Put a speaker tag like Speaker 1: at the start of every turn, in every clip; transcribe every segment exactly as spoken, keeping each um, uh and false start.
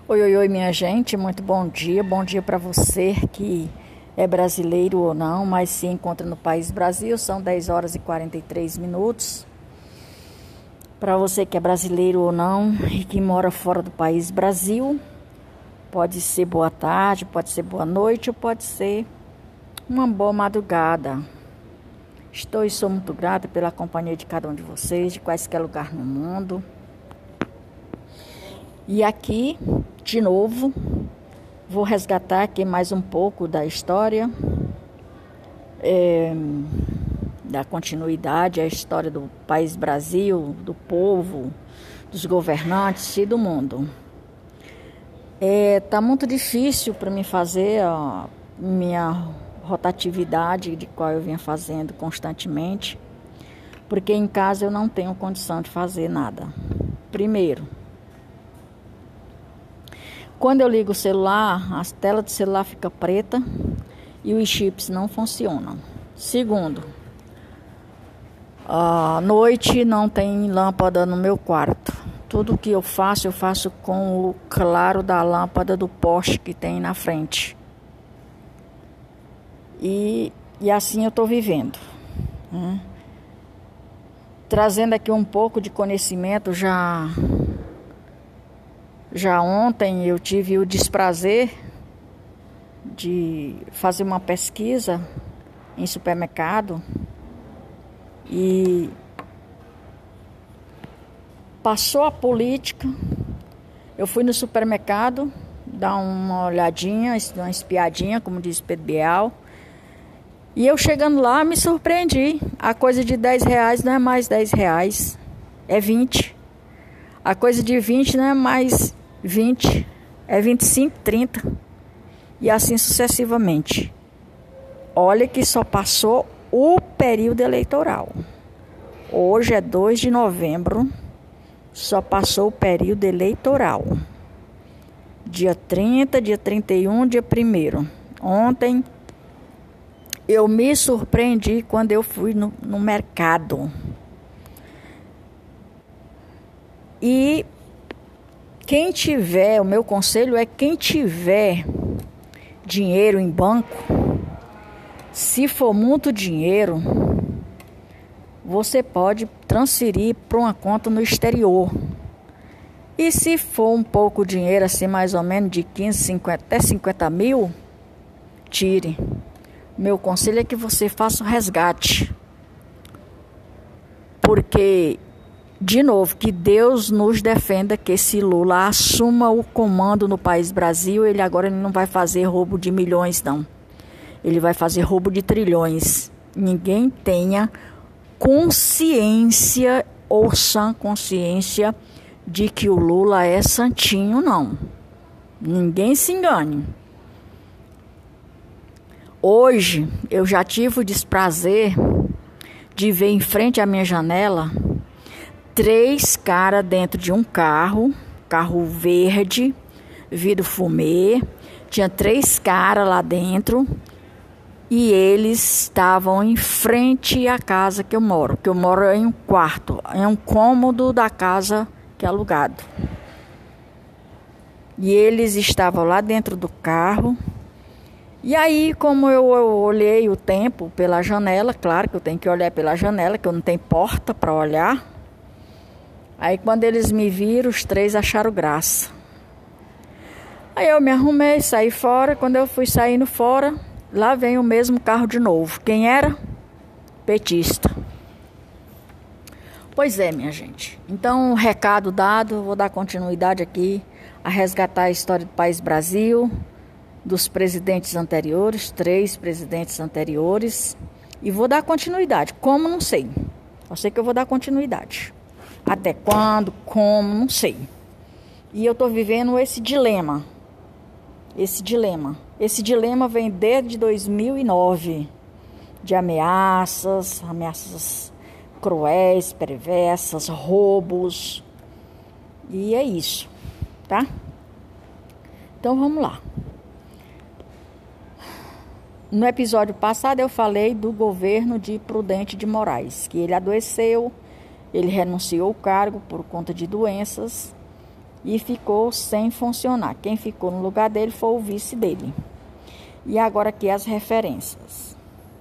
Speaker 1: Oi, oi, oi, minha gente, muito bom dia. Bom dia para você que é brasileiro ou não, mas se encontra no país Brasil. São dez horas e quarenta e três minutos. Para você que é brasileiro ou não e que mora fora do país Brasil, pode ser boa tarde, pode ser boa noite ou pode ser uma boa madrugada. Estou e sou muito grata pela companhia de cada um de vocês, de quaisquer lugar no mundo. E aqui, de novo, vou resgatar aqui mais um pouco da história, é, da continuidade, a história do país Brasil, do povo, dos governantes e do mundo. É, tá muito difícil para mim fazer a minha rotatividade de qual eu vinha fazendo constantemente, porque em casa eu não tenho condição de fazer nada. Primeiro, quando eu ligo o celular, a tela do celular fica preta e os chips não funcionam. Segundo, à noite não tem lâmpada no meu quarto. Tudo que eu faço, eu faço com o claro da lâmpada do poste que tem na frente. E, e assim eu estou vivendo. Né? Trazendo aqui um pouco de conhecimento, já... Já ontem eu tive o desprazer de fazer uma pesquisa em supermercado e passou a política. Eu fui no supermercado dar uma olhadinha, uma espiadinha, como diz Pedro Bial, e eu chegando lá me surpreendi. A coisa de dez reais não é mais dez reais, é vinte. A coisa de vinte não é mais vinte, é vinte e cinco, trinta e assim sucessivamente. Olha que só passou o período eleitoral. Hoje é dois de novembro, só passou o período eleitoral. Dia trinta, dia trinta e um, dia primeiro. Ontem eu me surpreendi quando eu fui no, no mercado. E quem tiver, o meu conselho é quem tiver dinheiro em banco, se for muito dinheiro, você pode transferir para uma conta no exterior. E se for um pouco dinheiro, assim mais ou menos de quinze, cinquenta, até cinquenta mil, tire. Meu conselho é que você faça o resgate. Porque... De novo, que Deus nos defenda, que esse Lula assuma o comando no país Brasil. Ele agora ele não vai fazer roubo de milhões, não. Ele vai fazer roubo de trilhões. Ninguém tenha consciência ou sã consciência de que o Lula é santinho, não. Ninguém se engane. Hoje, eu já tive o desprazer de ver em frente à minha janela três caras dentro de um carro, carro verde, vidro fumê. Tinha três caras lá dentro e eles estavam em frente à casa que eu moro. Que eu moro em um quarto, em um cômodo da casa que é alugado. E eles estavam lá dentro do carro. E aí, como eu, eu olhei o tempo pela janela, claro que eu tenho que olhar pela janela, que eu não tenho porta para olhar. Aí quando eles me viram, os três acharam graça. Aí eu me arrumei, saí fora. Quando eu fui saindo fora, lá vem o mesmo carro de novo. Quem era? Petista. Pois é, minha gente. Então, recado dado, vou dar continuidade aqui a resgatar a história do país Brasil, dos presidentes anteriores, três presidentes anteriores. E vou dar continuidade. Como? Não sei. Só sei que eu vou dar continuidade. Até quando, como, não sei. E eu estou vivendo esse dilema. Esse dilema. Esse dilema vem desde dois mil e nove. De ameaças, ameaças cruéis, perversas, roubos. E é isso, tá? Então vamos lá. No episódio passado eu falei do governo de Prudente de Moraes, que ele adoeceu. Ele renunciou ao cargo por conta de doenças e ficou sem funcionar. Quem ficou no lugar dele foi o vice dele. E agora aqui as referências.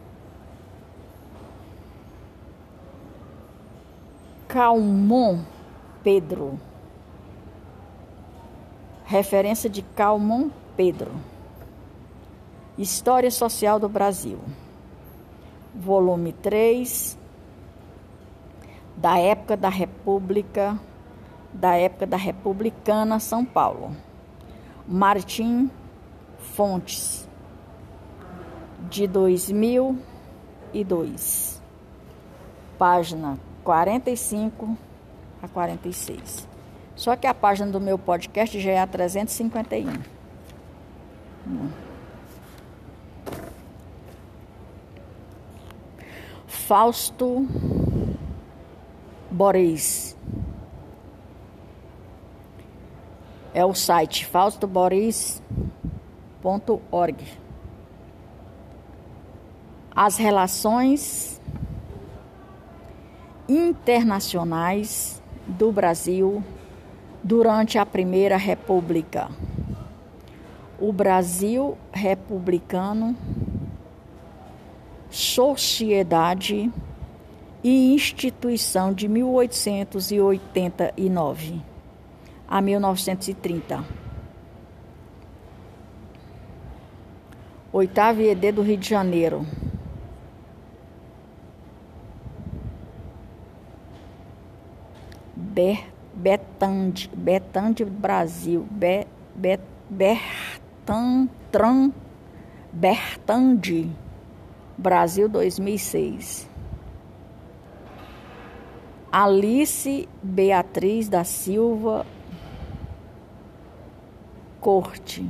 Speaker 1: Calmon Pedro. Referência de Calmon Pedro. História Social do Brasil. Volume três. Da época da República, da época da Republicana São Paulo. Martim Fontes, de dois mil e dois. Página quarenta e cinco a quarenta e seis. Só que a página do meu podcast já é a trezentos e cinquenta e um. Hum. Fausto Boris. É o site fausto boris ponto org. As relações internacionais do Brasil durante a Primeira República. O Brasil republicano, sociedade e instituição de mil oitocentos e oitenta e nove a mil novecentos e trinta. Oitavo I E D do Rio de Janeiro. Ber, Betande, Betande Brasil. Be, Be, Bertan, Tran, Bertande Brasil dois mil e seis. Alice Beatriz da Silva Corte.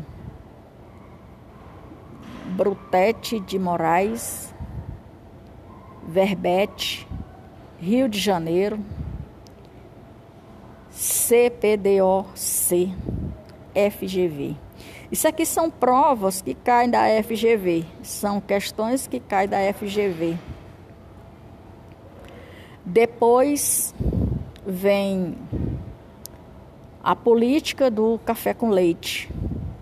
Speaker 1: Brutete de Moraes, Verbete, Rio de Janeiro, C P D O C, F G V. Isso aqui são provas que caem da F G V, são questões que caem da F G V. Depois vem a política do café com leite.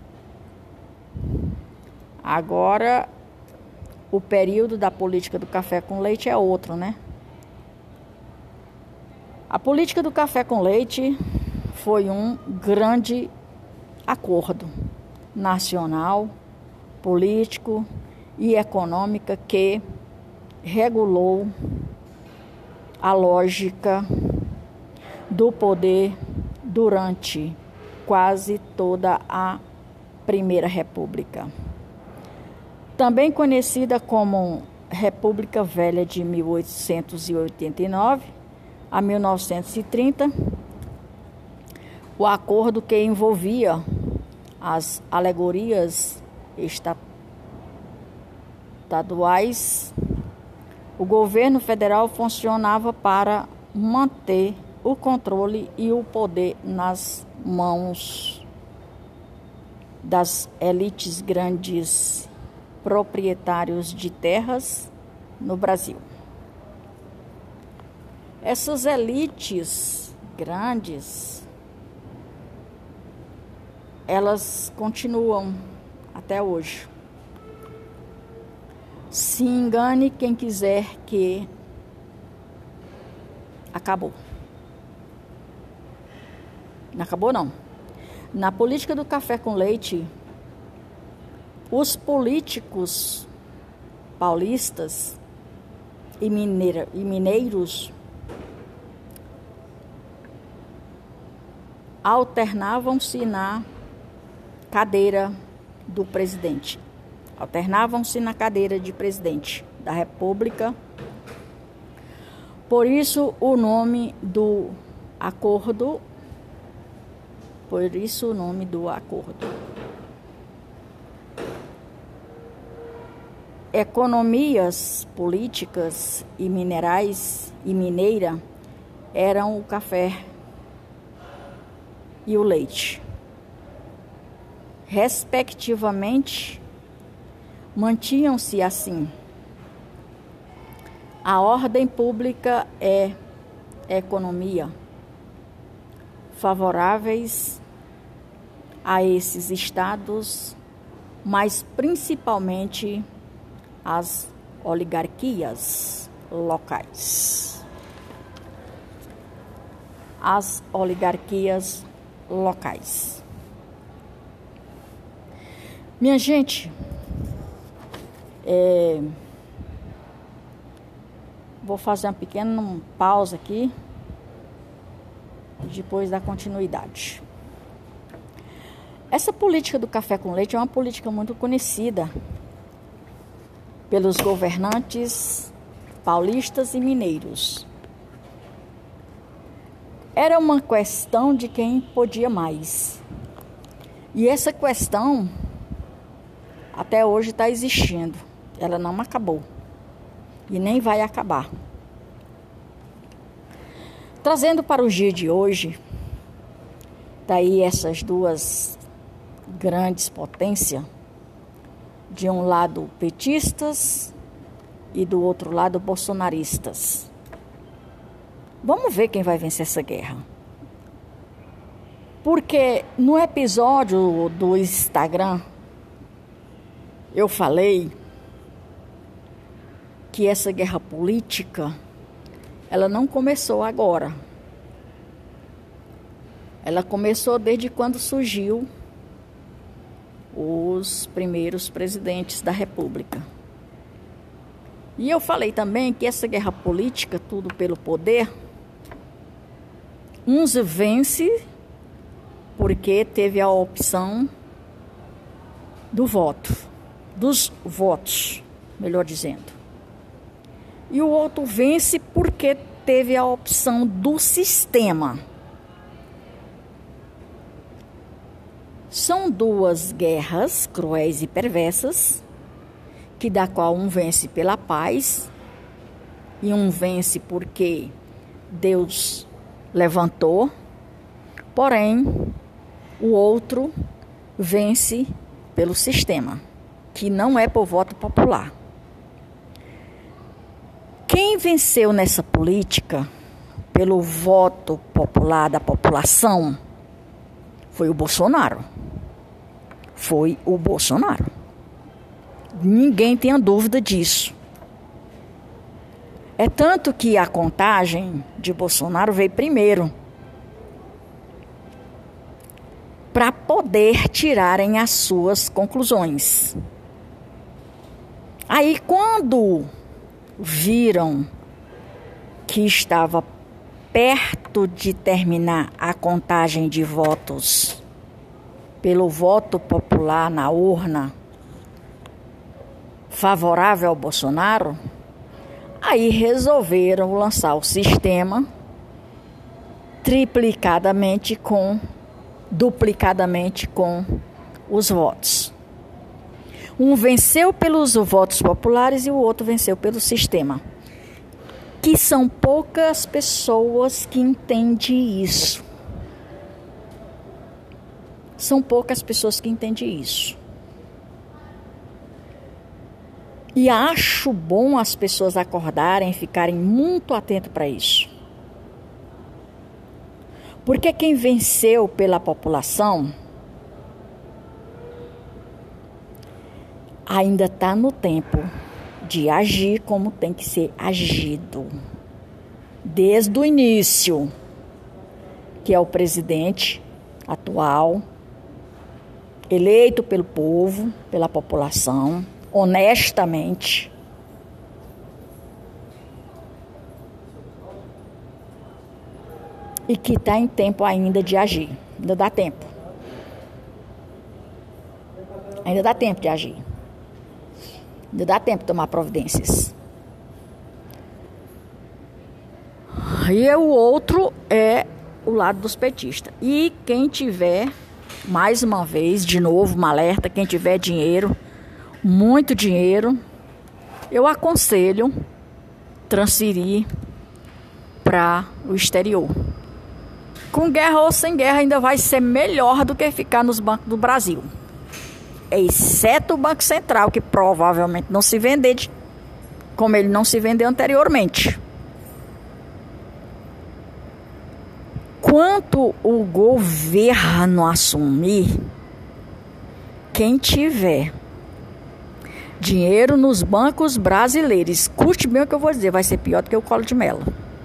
Speaker 1: Agora, o período da política do café com leite é outro, né? A política do café com leite foi um grande acordo nacional, político e econômico que regulou a lógica do poder durante quase toda a Primeira República. Também conhecida como República Velha de mil oitocentos e oitenta e nove a mil novecentos e trinta, o acordo que envolvia as alegorias estaduais, o governo federal funcionava para manter o controle e o poder nas mãos das elites grandes proprietários de terras no Brasil. Essas elites grandes, elas continuam até hoje. Se engane quem quiser que acabou. Não acabou, não. Na política do café com leite, os políticos paulistas e, mineira, e mineiros alternavam-se na cadeira do presidente. Alternavam-se na cadeira de presidente da República. Por isso o nome do acordo, por isso o nome do acordo. Economias políticas e minerais e mineira eram o café e o leite. Respectivamente, mantinham-se assim. A ordem pública é economia, favoráveis a esses estados, mas principalmente às oligarquias locais. As oligarquias locais. Minha gente, é, vou fazer uma pequena pausa aqui e depois dar continuidade. Essa política do café com leite é uma política muito conhecida pelos governantes paulistas e mineiros. Era uma questão de quem podia mais. E essa questão até hoje está existindo. Ela não acabou. E nem vai acabar. Trazendo para o dia de hoje, daí essas duas grandes potências, de um lado petistas e do outro lado bolsonaristas. Vamos ver quem vai vencer essa guerra. Porque no episódio do Instagram, eu falei que essa guerra política, ela não começou agora. Ela começou desde quando surgiu os primeiros presidentes da República. E eu falei também que essa guerra política, tudo pelo poder, uns vence porque teve a opção do voto, dos votos, melhor dizendo. E o outro vence porque teve a opção do sistema. São duas guerras cruéis e perversas, que da qual um vence pela paz e um vence porque Deus levantou, porém o outro vence pelo sistema, que não é por voto popular. Quem venceu nessa política pelo voto popular da população foi o Bolsonaro. Foi o Bolsonaro. Ninguém tenha dúvida disso. É tanto que a contagem de Bolsonaro veio primeiro, para poder tirarem as suas conclusões. Aí, quando viram que estava perto de terminar a contagem de votos pelo voto popular na urna favorável ao Bolsonaro, aí resolveram lançar o sistema triplicadamente com, duplicadamente com os votos. Um venceu pelos votos populares e o outro venceu pelo sistema. Que são poucas pessoas que entendem isso. São poucas pessoas que entendem isso. E acho bom as pessoas acordarem e ficarem muito atentas para isso. Porque quem venceu pela população ainda está no tempo de agir como tem que ser agido. Desde o início, que é o presidente atual, eleito pelo povo, pela população, honestamente. E que está em tempo ainda de agir. Ainda dá tempo. Ainda dá tempo de agir. Ainda dá tempo de tomar providências. E o outro é o lado dos petistas. E quem tiver, mais uma vez, de novo, um alerta, quem tiver dinheiro, muito dinheiro, eu aconselho transferir para o exterior. Com guerra ou sem guerra, ainda vai ser melhor do que ficar nos bancos do Brasil. Exceto o Banco Central, que provavelmente não se vende, como ele não se vendeu anteriormente. Quanto o governo assumir, quem tiver dinheiro nos bancos brasileiros, escute bem o que eu vou dizer, vai ser pior do que o Collor de Mello.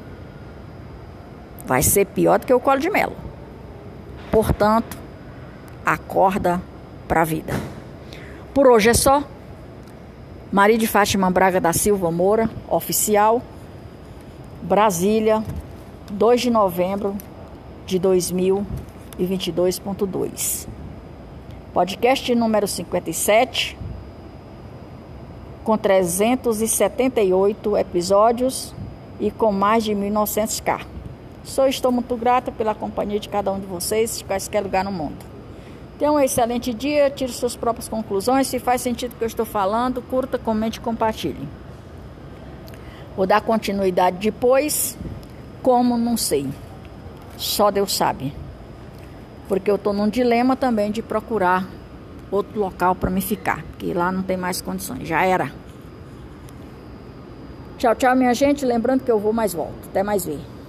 Speaker 1: Vai ser pior do que o Collor de Mello. Portanto, acorda pra vida. Por hoje é só. Maria de Fátima Braga da Silva Moura, oficial, Brasília, dois de novembro de dois mil e vinte e dois ponto dois. Podcast número cinquenta e sete, com trezentos e setenta e oito episódios e com mais de mil e novecentos K. Sou estou muito grata pela companhia de cada um de vocês, de qualquer lugar no mundo. Tenha um excelente dia, tire suas próprias conclusões. Se faz sentido o que eu estou falando, curta, comente e compartilhe. Vou dar continuidade depois, como não sei. Só Deus sabe. Porque eu estou num dilema também de procurar outro local para me ficar, porque lá não tem mais condições, já era. Tchau, tchau, minha gente. Lembrando que eu vou mais volto. Até mais ver.